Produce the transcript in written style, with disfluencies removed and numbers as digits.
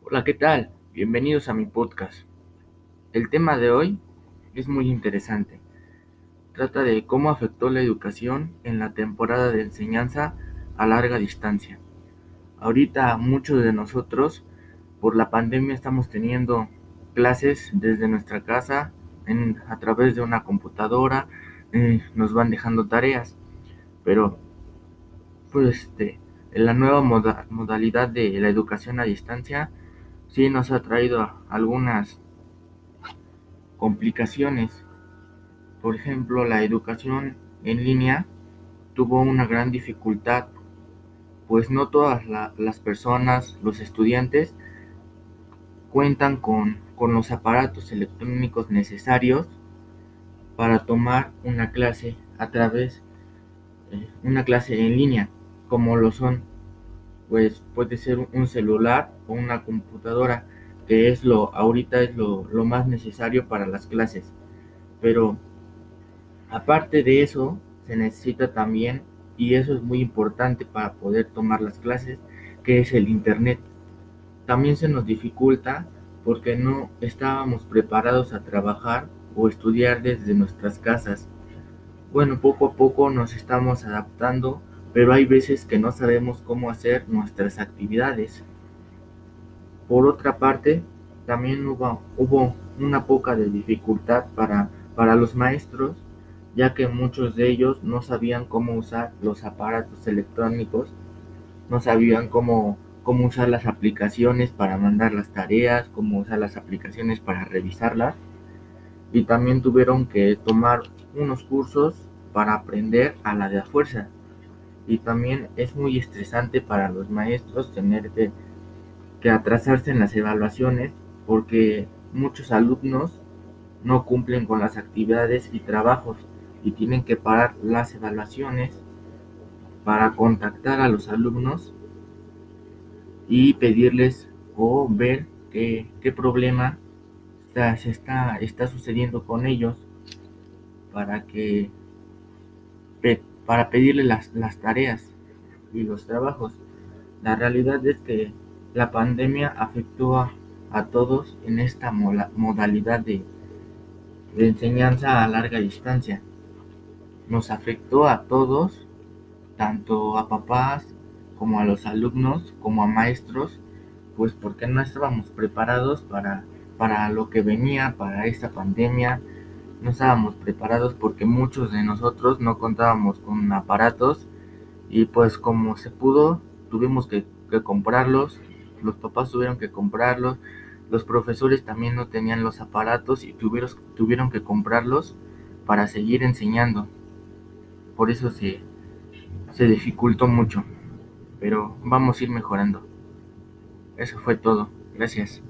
Hola, ¿qué tal? Bienvenidos a mi podcast. El tema de hoy es muy interesante. Trata de cómo afectó la educación en la temporada de enseñanza a larga distancia. Ahorita muchos de nosotros, por la pandemia, estamos teniendo clases desde nuestra casa a través de una computadora. Nos van dejando tareas, pero pues la nueva modalidad de la educación a distancia sí nos ha traído algunas complicaciones. Por ejemplo, la educación en línea tuvo una gran dificultad, pues no todas las personas, los estudiantes, cuentan con los aparatos electrónicos necesarios para tomar una clase en línea, como lo son, pues puede ser un celular o una computadora, que ahorita es lo más necesario para las clases. Pero aparte de eso, se necesita también, y eso es muy importante para poder tomar las clases, que es el internet. También se nos dificulta porque no estábamos preparados a trabajar o estudiar desde nuestras casas. Bueno, poco a poco nos estamos adaptando, pero hay veces que no sabemos cómo hacer nuestras actividades. Por otra parte, también hubo una poca de dificultad para los maestros, ya que muchos de ellos no sabían cómo usar los aparatos electrónicos, no sabían cómo usar las aplicaciones para mandar las tareas, cómo usar las aplicaciones para revisarlas, y también tuvieron que tomar unos cursos para aprender a la de a fuerza. Y también es muy estresante para los maestros tener que atrasarse en las evaluaciones porque muchos alumnos no cumplen con las actividades y trabajos y tienen que parar las evaluaciones para contactar a los alumnos y pedirles o ver qué problema está sucediendo con ellos para que para pedirles las tareas y los trabajos. La realidad es que la pandemia afectó a todos en esta modalidad de enseñanza a larga distancia. Nos afectó a todos, tanto a papás como a los alumnos, como a maestros, pues porque no estábamos preparados para lo que venía, para esta pandemia. No estábamos preparados porque muchos de nosotros no contábamos con aparatos y pues como se pudo, tuvimos que comprarlos, los papás tuvieron que comprarlos, los profesores también no tenían los aparatos y tuvieron que comprarlos para seguir enseñando. Por eso se dificultó mucho, pero vamos a ir mejorando. Eso fue todo. Gracias.